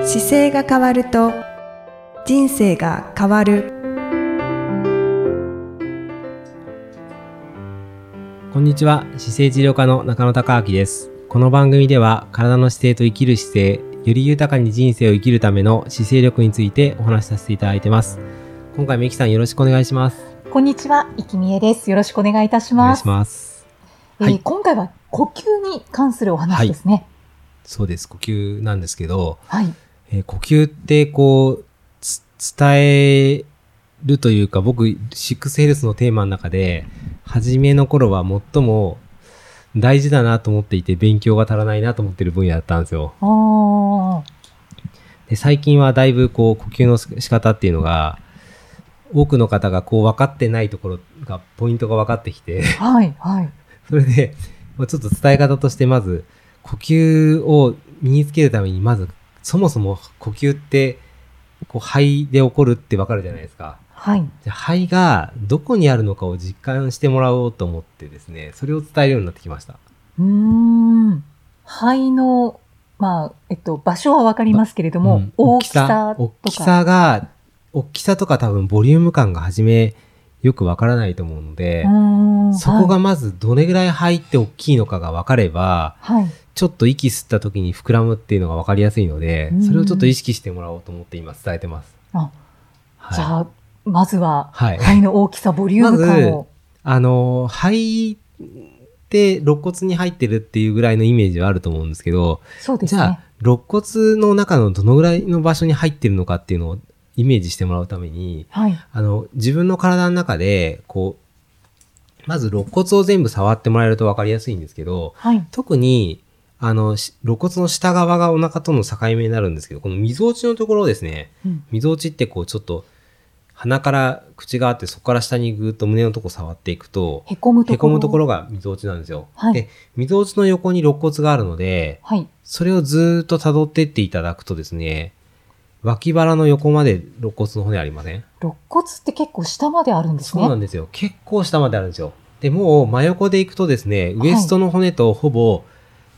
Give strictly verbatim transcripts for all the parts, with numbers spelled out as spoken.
姿勢が変わると人生が変わる。 こんにちは、姿勢治療科の中野孝明です。この番組では体の姿勢と生きる姿勢、より豊かに人生を生きるための姿勢力についてお話しさせていただいてます。今回もいきさんよろしくお願いします。 こんにちは、いきみえです。よろしくお願いいたします。 お願いします。 えーはい、今回は呼吸に関するお話ですね。はい、 そうです。呼吸なんですけど、 はいえー、呼吸ってこう伝えるというか、僕シックスヘルスのテーマの中で初めの頃は最も大事だなと思っていて、勉強が足らないなと思っている分野だったんですよ。 あで最近はだいぶこう呼吸の仕方っていうのが多くの方がこう分かってないところがポイントが分かってきて、 はいはい、 それでちょっと伝え方として、まず呼吸を身につけるために、まずそもそも呼吸ってこう肺で起こるって分かるじゃないですか。 はい。 じゃあ肺がどこにあるのかを実感してもらおうと思ってですね、それを伝えるようになってきました。 うーん。肺の、まあ、えっと、場所は分かりますけれども、うん、大きさとか。 大きさが、大きさとか多分ボリューム感が初めよく分からないと思うので、 うーんそこがまずどれぐらい肺って大きいのかが分かれば、 はい、 ちょっと息吸った時に膨らむっていうのが分かりやすいので、それをちょっと意識してもらおうと思って今伝えてます。 あ、 はい、 じゃあ、まずは、 はい、 肺の大きさ、ボリューム感を。 まず、あの、肺って肋骨に入ってるっていうぐらいのイメージはあると思うんですけど、 そうですね。 じゃあ、肋骨の中のどのぐらいの場所に入ってるのかっていうのをイメージしてもらうために、 はい、 あの、自分の体の中で、こう、まず肋骨を全部触ってもらえると分かりやすいんですけど、 はい、 特に、あの、肋骨の下側がお腹との境目になるんですけど、このみぞおちのところですね。 うん、 みぞおちってこうちょっと鼻から口があって、そこから下にぐーっと胸のとこ触っていくと、 へこむところ、 へこむところがみぞおちなんですよ。 はい、 で、みぞおちの横に肋骨があるので、 はい、 それをずーっと辿ってっていただくとですね、脇腹の横まで肋骨の骨ありません？ 肋骨って結構下まであるんですね。 そうなんですよ。結構下まであるんですよ。で、もう真横でいくとですね、ウエストの骨とほぼ、はい、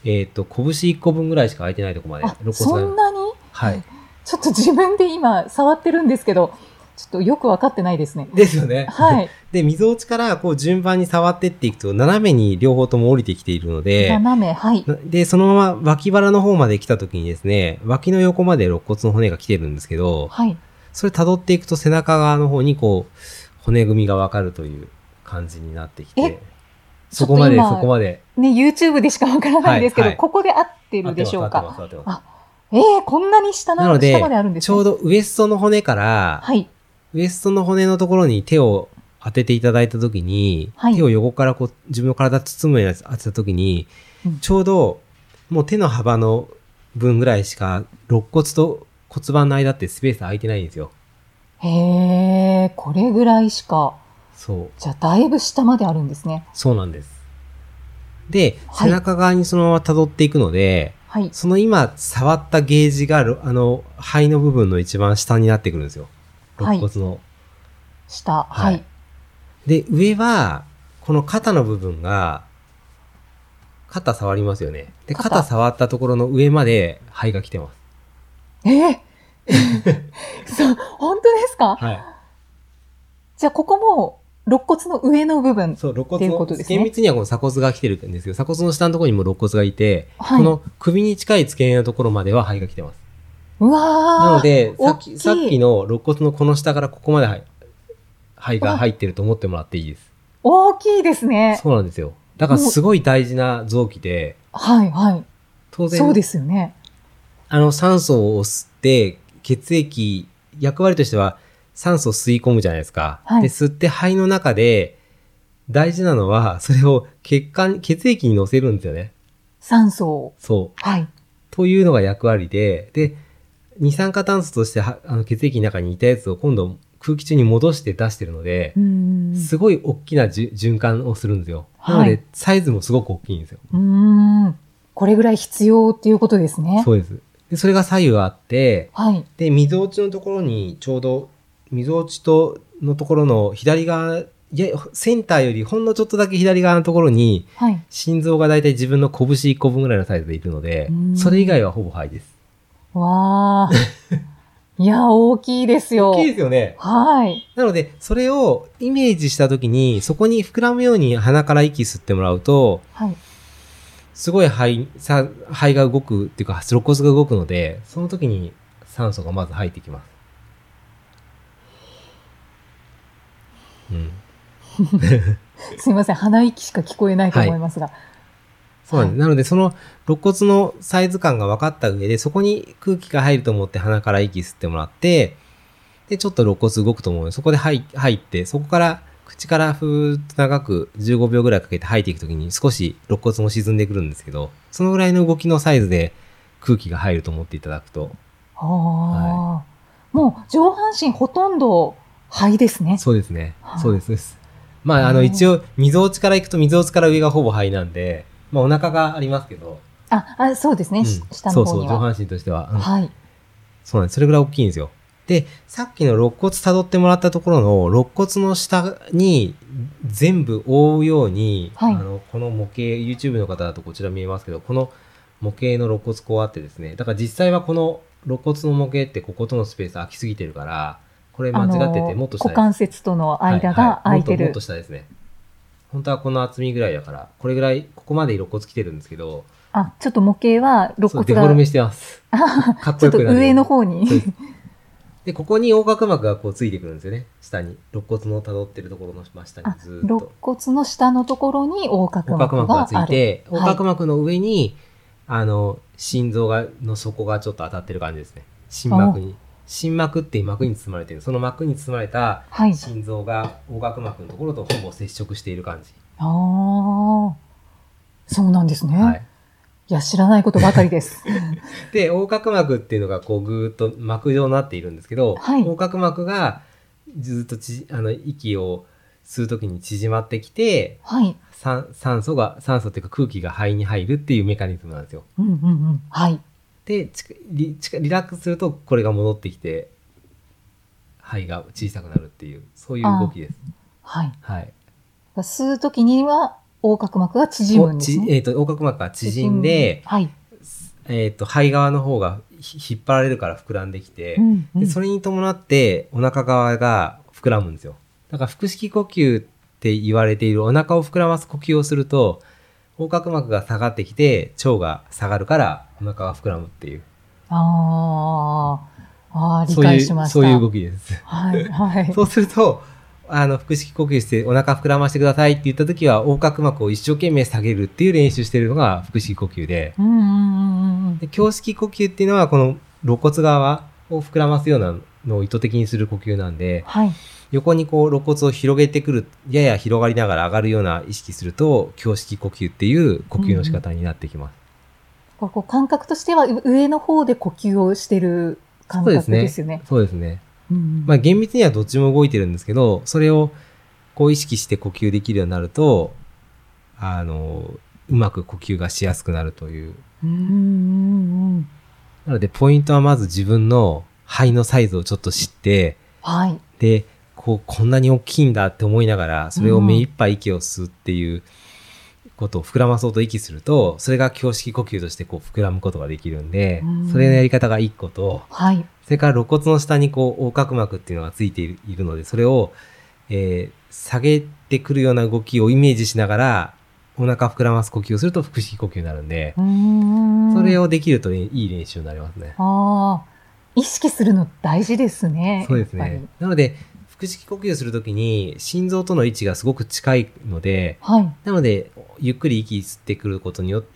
えっと、拳いっこぶんぐらいしか空いてないところまで肋骨が。そんなに？ はい。 ちょっと自分で今触ってるんですけど、ちょっとよくわかってないですね。 ですよね。 はい。 で、みぞおちからこう順番に触ってっていくと、斜めに両方とも降りてきているので、 斜め、はい。 で、そのまま脇腹の方まで来た時にですね、脇の横まで肋骨の骨が来てるんですけど、 はい。 それ辿っていくと背中側の方にこう、骨組みがわかるという感じになってきて、そこまで、そこまで。 ね、YouTube でしかわからないんですけど、はいはい、ここで合ってるでしょうか。 合ってます、合ってます。 あ、えー、こんなに下の、 なので、 下まであるんですね。 ちょうどウエストの骨から、 はい。 ウエストの骨のところに手を当てていただいたときに、はい、手を横からこう自分の体包むように当てたときに、うん、ちょうどもう手の幅の分ぐらいしか肋骨と骨盤の間ってスペース空いてないんですよ。 へー、これぐらいしか。 そう。 じゃあだいぶ下まであるんですね。 そうなんです。で、はい、背中側にそのまま辿っていくので、 はい、 その今触ったゲージがあの肺の部分の一番下になってくるんですよ。肋骨の、はい、 下、はい、はい。 で、上は、この肩の部分が、肩触りますよね。で、肩, 肩触ったところの上まで肺が来てます。 えー、そう、本当ですか？ はい。 じゃあ、ここも、肋骨の上の部分。 そう、肋骨の、厳密にはこの鎖骨が来てるんですけど、鎖骨の下のところにも肋骨がいて、はい、この首に近い付け根のところまでは肺が来てます。 うわー。 なので、さっき、さっきの肋骨のこの下からここまで肺が入ってると思ってもらっていいです。 大きいですね。 そうなんですよ。だからすごい大事な臓器で。 はいはい。 当然。 そうですよね。 あの酸素を吸って血液、役割としては酸素を吸い込むじゃないですか。はい、で、吸って肺の中で大事なのはそれを血管、血液に乗せるんですよね。 酸素を。 そう。 はい。 というのが役割で、で、二酸化炭素としてあの血液の中にいたやつを今度空気中に戻して出してるので、すごい大きな循環をするんですよ。はい、なので、サイズもすごく大きいんですよ。 うーん。これぐらい必要っていうことですね。 そうです。で、それが左右あって、 はい、 で、みぞおちのところにちょうど、みぞおちとのところの左側、いや、センターよりほんのちょっとだけ左側のところに、はい、心臓がだいたい自分の拳いっこぶんぐらいのサイズでいるので、それ以外はほぼ肺です。 わー。いや、大きいですよ。 大きいですよね。 はい。 なので、それをイメージしたときに、そこに膨らむように鼻から息吸ってもらうと、はい、すごい肺、さ肺が動くっていうか、肋骨が動くので、その時に酸素がまず入ってきます。うん。 すいません、鼻息しか聞こえないと思いますが。はい、 そうなんです。はい、なので、その肋骨のサイズ感が分かった上で、そこに空気が入ると思って鼻から息吸ってもらって、で、ちょっと肋骨動くと思うので、そこで入って、そこから口からふーっと長くじゅうごびょうぐらいかけて吐いていくときに少し肋骨も沈んでくるんですけど、そのぐらいの動きのサイズで空気が入ると思っていただくと。 ああ、はい、もう上半身ほとんど肺ですね。 そうですね。そうです。まあ、あの、一応、溝落ちから行くと溝落ちから上がほぼ肺なんで、まあ、お腹がありますけど。 あ、あそうですね、うん、下の方には。 そうそう、上半身としては。 うん、はい。 そうなんです。それぐらい大きいんですよ。で、さっきの肋骨辿ってもらったところの肋骨の下に全部覆うように、はい、あの、この模型、YouTube の方だとこちら見えますけど、この模型の肋骨こうあってですね、だから実際はこの肋骨の模型ってこことのスペース空きすぎてるから、これ間違っててもっと下です。 股関節との間が空いてる。 はいはい、もっともっと下ですね。本当はこの厚みぐらいだから、これぐらい、ここまで肋骨来てるんですけど。 あ、ちょっと模型は肋骨が。 デフォルメしてます。 かっこよくなる。ちょっと上の方に。 で、ここに横隔膜がこうついてくるんですよね。下に。肋骨の辿ってるところの真下にずっと。 肋骨の下のところに横隔膜がある。横隔膜がついて、 横隔膜の上に、はい、あの、心臓が、の底がちょっと当たってる感じですね。心膜に。心膜っていう膜に包まれている。その膜に包まれた心臓が横隔膜のところとほぼ接触している感じ。 ああ、そうなんですね。はい。いや、知らないことばかりです。 で、横隔膜っていうのがこうぐーっと膜状になっているんですけど、はい、横隔膜がずっとちあの息を吸うときに縮まってきて、はい、酸, 酸素が、酸素っていうか空気が肺に入るっていうメカニズムなんですよ。 うんうんうん。はい。 でリ、リラックスするとこれが戻ってきて、肺が小さくなるっていう、そういう動きです。 はい。 はい。 吸うときには横隔膜が縮むんですね。 えっ、ー、と、横隔膜が縮んで、はい。えっ、ー、と、肺側の方が引っ張られるから膨らんできて、うんうん、でそれに伴ってお腹側が膨らむんですよ。だから腹式呼吸って言われているお腹を膨らます呼吸をすると、横隔膜が下がってきて腸が下がるからお腹が膨らむっていう。 ああ、理解しました。 そういう、そういう動きです。 はいはい。 そうすると、あの腹式呼吸してお腹膨らましてくださいって言ったときは横隔膜を一生懸命下げるっていう練習してるのが腹式呼吸で、うんうんうん、で胸式呼吸っていうのはこの肋骨側を膨らますようなのを意図的にする呼吸なんで、はい、横にこう肋骨を広げてくる、やや広がりながら上がるような意識すると胸式呼吸っていう呼吸の仕方になってきます。 うん、こう感覚としては上の方で呼吸をしてる感覚ですよね。 そうですね。そうですね。うん、まあ厳密にはどっちも動いてるんですけど、それをこう意識して呼吸できるようになると、あの、うまく呼吸がしやすくなるという。うんうんうん、なのでポイントはまず自分の肺のサイズをちょっと知って、はい、で、こう、こんなに大きいんだって思いながら、それを目いっぱい息を吸うっていうことを膨らまそうと息すると、それが胸式呼吸としてこう膨らむことができるんで、うん、それのやり方がいっこと、はい、それから肋骨の下にこう横隔膜っていうのがついている、いるので、それを、えー、下げてくるような動きをイメージしながら、お腹膨らます呼吸をすると腹式呼吸になるんで、うーん、それをできると、ね、いい練習になりますね。 ああ、意識するの大事ですね。 そうですね。なので、腹式呼吸するときに心臓との位置がすごく近いので、はい、なので、ゆっくり息吸ってくることによって、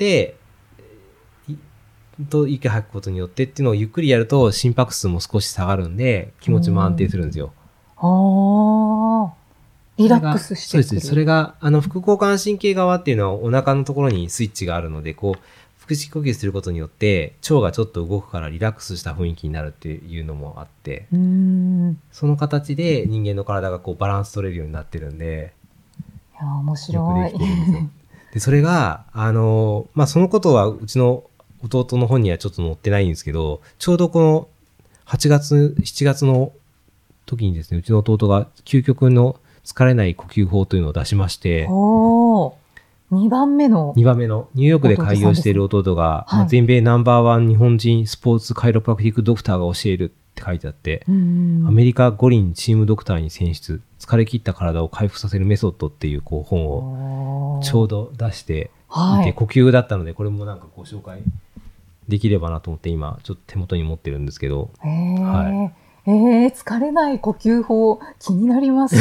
と息吐くことによってっていうのをゆっくりやると心拍数も少し下がるんで気持ちも安定するんですよ。 ああ、リラックスしてくる。 そうです。それがあの副交感神経側っていうのはお腹のところにスイッチがあるので、こう腹式呼吸することによって腸がちょっと動くからリラックスした雰囲気になるっていうのもあって、うーん、その形で人間の体がこうバランス取れるようになってるんで、 いや面白い。 よくできてるんですよ。でそれがあのまあそのことはうちの弟の本にはちょっと載ってないんですけど、ちょうどこのはちがつ、しちがつの時にですね、うちの弟が究極の疲れない呼吸法というのを出しまして、 にばんめの。 にばんめの。ニューヨークで開業している弟が、はい、全米ナンバーワン日本人スポーツカイロプラクティックドクターが教えるって書いてあって、アメリカ五輪チームドクターに選出、疲れ切った体を回復させるメソッドっていうこう本をちょうど出していて、はい、呼吸だったので、これもなんかご紹介できればなと思って今ちょっと手元に持ってるんですけど。 へー、はい、えー、疲れない呼吸法気になります。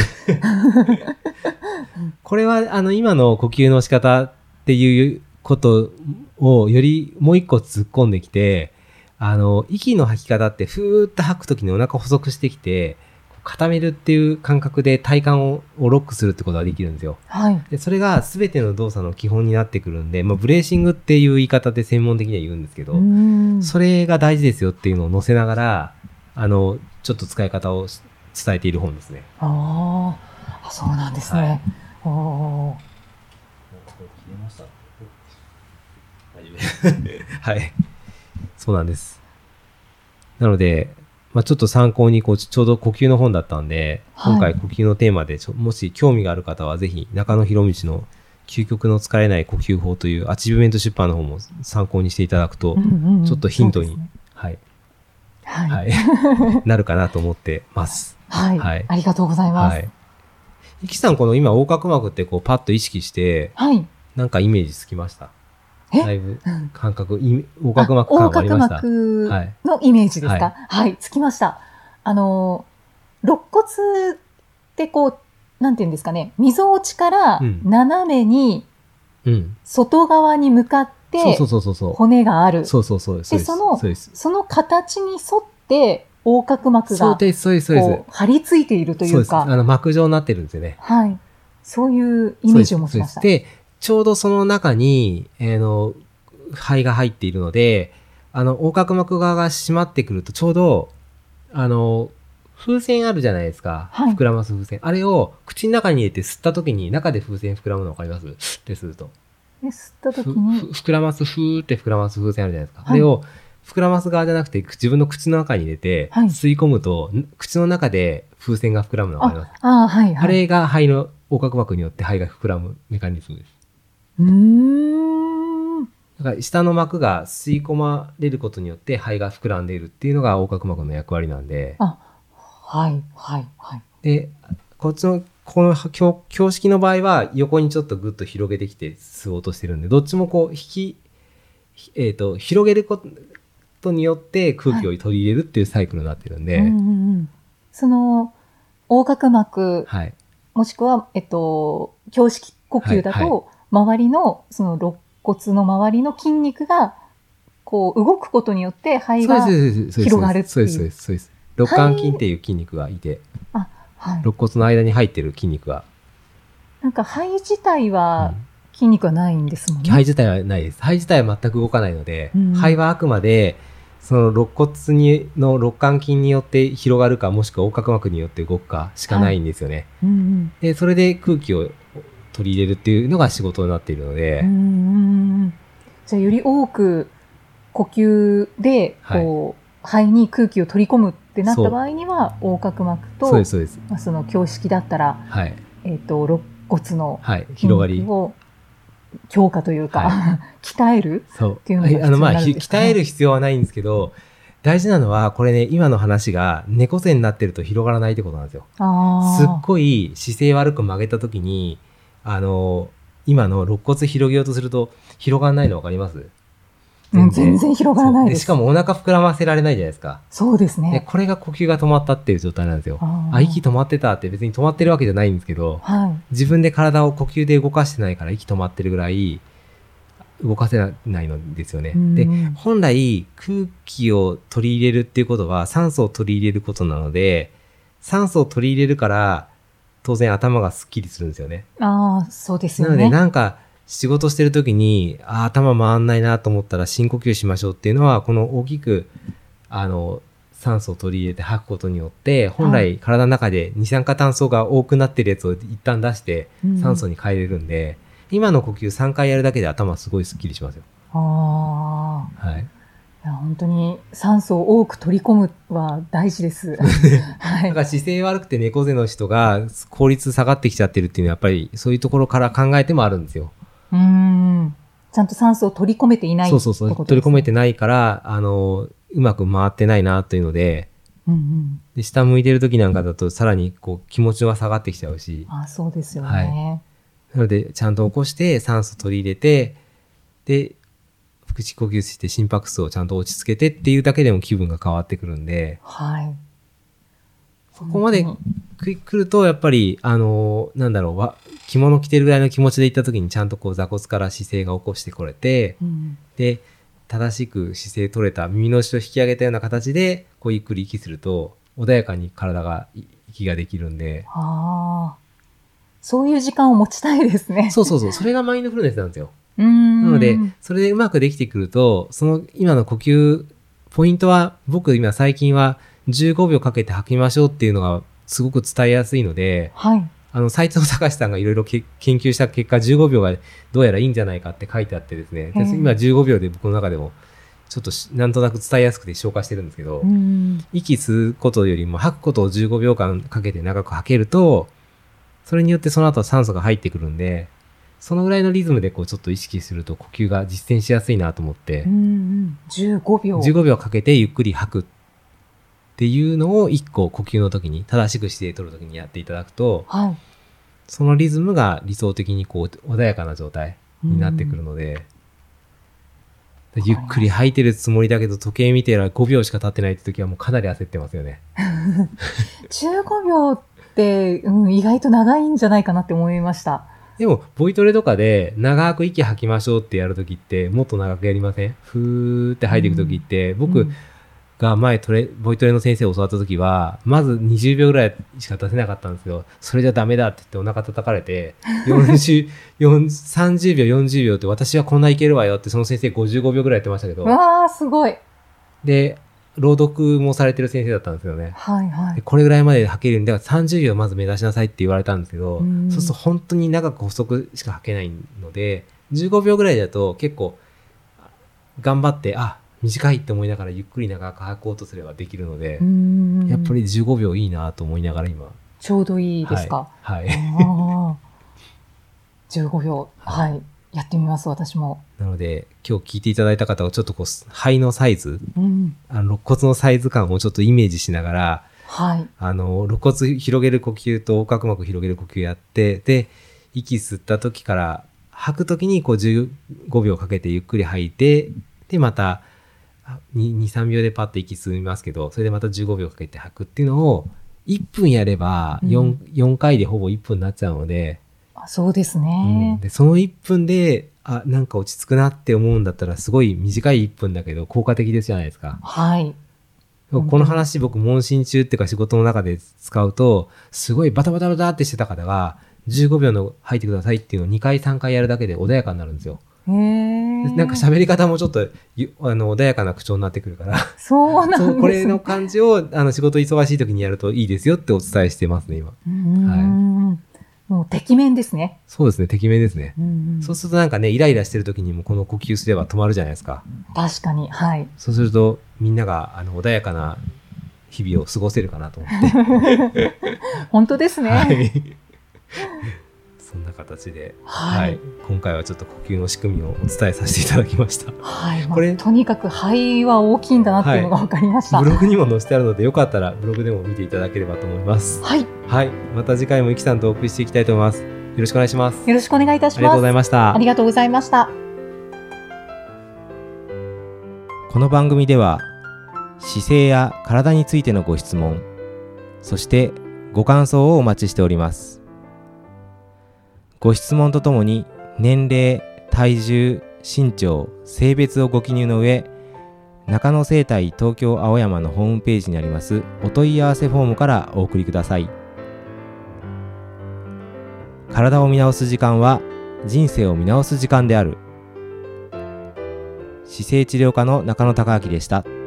これはあの今の呼吸の仕方っていうことをよりもう一個突っ込んできて、あの息の吐き方ってふーっと吐くときにお腹細くしてきて固めるっていう感覚で体幹をロックするってことができるんですよ。はい、でそれが全ての動作の基本になってくるんで、まあ、ブレーシングっていう言い方で専門的には言うんですけど、それが大事ですよっていうのを載せながらあのちょっと使い方を伝えている本ですね。 ああ、そうなんですね。はい、お切れました。大丈夫。はい。そうなんです。なので、まあ、ちょっと参考にこうちょうど呼吸の本だったんで、はい、今回呼吸のテーマでちょもし興味がある方はぜひ中野博道の究極の疲れない呼吸法というアチブメント出版の方も参考にしていただくと、うんうんうん、ちょっとヒントに、ね、はい。はい。はい、なるかなと思ってます。 はい。はい、ありがとうございます。はい。 イキさん、この今、横隔膜ってこうパッと意識して、はい。なんかイメージつきました？だいぶ感覚、横隔膜感はありました。 横隔膜のイメージですか？はい、はい、つきました。あの、肋骨ってこう、なんていうんですかね、みぞおちから斜めに、外側に向かって、骨がある。 そうそうそう。 で、その、その形に沿って、横隔膜が張り付いているというか。 そうです。あの膜状になってるんですよね。 はい。そういうイメージを持ちました。 で、ちょうどその中に、えー、の肺が入っているので、あの横隔膜側が締まってくるとちょうどあの風船あるじゃないですか。はい、膨らます風船。あれを口の中に入れて吸った時に中で風船膨らむの分かります？ってすると。 で吸った時に膨らますふーって膨らます風船あるじゃないですか。はい、あれを膨らます側じゃなくて自分の口の中に入れて、はい、吸い込むと口の中で風船が膨らむの分かります？ ああ、はいはい。 あれが肺の横隔膜によって肺が膨らむメカニズムです。 うーん。 だから下の膜が吸い込まれることによって肺が膨らんでいるっていうのが横隔膜の役割なんで。 あ、はいはいはい。 で、こっちのこの標識の場合は横にちょっとグッと広げてきて吸おうとしてるんで、どっちもこう引き、えっと広げることによって空気を取り入れるっていうサイクルになってるんで、はい、うんうんうん、 その横隔膜、はい、もしくはえっと胸式呼吸だと、はいはい、周りのその肋骨の周りの筋肉がこう動くことによって肺が広がるっていう。 そうですそうですそうです。肋間筋っていう筋肉がいて、あ、はい、肋骨の間に入ってる筋肉が。 なんか肺自体は筋肉はないんですもんね。 肺自体はないです。肺自体は全く動かないので、うん、肺はあくまでその肋骨にの肋間筋によって広がるか、もしくは横隔膜によって動くかしかないんですよね。はい、うんうん、でそれで空気を取り入れるっていうのが仕事になっているので、うんうん、 じゃあより多く呼吸でこう、はい、肺に空気を取り込むってなった場合には横隔膜とそうですそうです、まあ、その胸式だったら、はい、えーと、肋骨の筋肉を強化というか、はい、鍛えるっていうのが必要になるんですかね。あのまあ鍛える必要はないんですけど、大事なのはこれね、今の話が猫背になってると広がらないってことなんですよ。あすっごい姿勢悪く曲げた時にあの今の肋骨広げようとすると広がらないの分かります？ 全然、全然広がらないです。 でしかもお腹膨らませられないじゃないですか。 そうですね。 でこれが呼吸が止まったっていう状態なんですよ。ああ、息止まってたって別に止まってるわけじゃないんですけど、はい、自分で体を呼吸で動かしてないから息止まってるぐらい動かせないのですよね。で本来空気を取り入れるっていうことは酸素を取り入れることなので、酸素を取り入れるから当然頭がすっきりするんですよね。 ああ、そうですよね。 なのでなんか仕事してる時にあ頭回んないなと思ったら深呼吸しましょうっていうのは、この大きくあの酸素を取り入れて吐くことによって本来体の中で二酸化炭素が多くなってるやつを一旦出して酸素に変えれるんで、うん、今の呼吸さんかいやるだけで頭すごいすっきりしますよ。あ、 はい、いや本当に酸素を多く取り込むは大事です。はい、 だから姿勢悪くて猫背の人が効率下がってきちゃってるっていうのはやっぱりそういうところから考えてもあるんですよ。 うーん。ちゃんと酸素を取り込めていないってことですね。そうそうそう。 取り込めてないから、あの、うまく回ってないなというので、うんうん、で下向いてる時なんかだとさらにこう気持ちは下がってきちゃうし。 あ、そうですよね。 はい、なので、ちゃんと起こして酸素取り入れて、で、腹式呼吸して心拍数をちゃんと落ち着けてっていうだけでも気分が変わってくるんで、はい。そこまで来ると、やっぱり、あの、なんだろう、わ着物着てるぐらいの気持ちで行った時にちゃんとこう座骨から姿勢が起こしてこれて、うん、で、正しく姿勢取れた耳の後ろ引き上げたような形で、こうゆっくり息すると、穏やかに体が、息ができるんで。 ああ。そういう時間を持ちたいですね。 そうそうそう。それがマインドフルネスなんですよ。うーんなので、それでうまくできてくると、その今の呼吸、ポイントは、僕今最近はじゅうごびょうかけて吐きましょうっていうのがすごく伝えやすいので、はい。あの、斉藤隆さんがいろいろ研究した結果、じゅうごびょうがどうやらいいんじゃないかって書いてあってですね、今じゅうごびょうで僕の中でも、ちょっとなんとなく伝えやすくて消化してるんですけど、息吸うことよりも吐くことをじゅうごびょうかんかけて長く吐けると、それによってその後酸素が入ってくるんで、そのぐらいのリズムでこうちょっと意識すると呼吸が実践しやすいなと思って、うんうん、 じゅうごびょう。 じゅうごびょうかけてゆっくり吐くっていうのを一個呼吸の時に、正しく姿勢取る時にやっていただくと、はい、そのリズムが理想的にこう穏やかな状態になってくるので、うん、ゆっくり吐いてるつもりだけど時計見てたらごびょうしか経ってないって時はもうかなり焦ってますよね。 じゅうごびょうって、うん、意外と長いんじゃないかなって思いました。 でも、ボイトレとかで長く息吐きましょうってやるときって、もっと長くやりません？ふーって吐いていくときって、うん、僕が前トレ、ボイトレの先生を教わったときは、まずにじゅうびょうぐらいしか出せなかったんですよ。それじゃダメだって言ってお腹叩かれて、よんじゅう、さんじゅうびょう、よんじゅうびょうって私はこんないけるわよってその先生ごじゅうごびょうぐらいやってましたけど。 わー、すごい。 で、朗読もされてる先生だったんですよね。はいはい。でこれぐらいまで吐けるように、だからさんじゅうびょうまず目指しなさいって言われたんですけど、うそうすると本当に長く細くしか吐けないので、じゅうごびょうぐらいだと結構頑張って、あ、短いって思いながらゆっくり長く吐こうとすればできるので、うんやっぱりじゅうごびょういいなと思いながら今。 ちょうどいいですか。はい。はい、あじゅうごびょう。はい。はいやってみます、私も。 なので、今日聞いていただいた方は、ちょっとこう、肺のサイズ、うん、あの、肋骨のサイズ感をちょっとイメージしながら、はい。あの、肋骨広げる呼吸と横隔膜広げる呼吸やって、で、息吸った時から、吐く時にこうじゅうごびょうかけてゆっくり吐いて、で、また、に、さんびょうでパッと息吸いますけど、それでまたじゅうごびょうかけて吐くっていうのを、いっぷんやれば 4,、うん、よんかいでほぼいっぷんになっちゃうので、 そうですね、 うん、でそのいっぷんであなんか落ち着くなって思うんだったらすごい短いいっぷんだけど効果的ですじゃないですか。はい。この話僕問診中っていうか仕事の中で使うとすごいバタバタバタってしてた方がじゅうごびょうの吐いてくださいっていうのをにかいさんかいやるだけで穏やかになるんですよ。へー。なんか喋り方もちょっとあの穏やかな口調になってくるからそうなんですね。そうこれの感じをあの仕事忙しい時にやるといいですよってお伝えしてますね今。うーん、はいもう、てきめんですね。 そうですね、てきめんですね。うんうん、そうするとなんかね、イライラしてる時にもこの呼吸すれば止まるじゃないですか。 確かに、はい。 そうすると、みんながあの穏やかな日々を過ごせるかなと思って。 本当ですね。はい。 そんな形で、はい、はい。今回はちょっと呼吸の仕組みをお伝えさせていただきました。 はい。これ、まあ、とにかく肺は大きいんだなっていうのが分かりました、 はい。ブログにも載せてあるので、よかったらブログでも見ていただければと思います。はい。はい。また次回もイキさんとお送りしていきたいと思います。よろしくお願いします。 よろしくお願いいたします。ありがとうございました。 ありがとうございました。 この番組では、姿勢や体についてのご質問、そしてご感想をお待ちしております。ご質問とともに年齢、体重、身長、性別をご記入の上、中野生態東京青山のホームページにありますお問い合わせフォームからお送りください。体を見直す時間は人生を見直す時間である。姿勢治療科の中野孝明でした。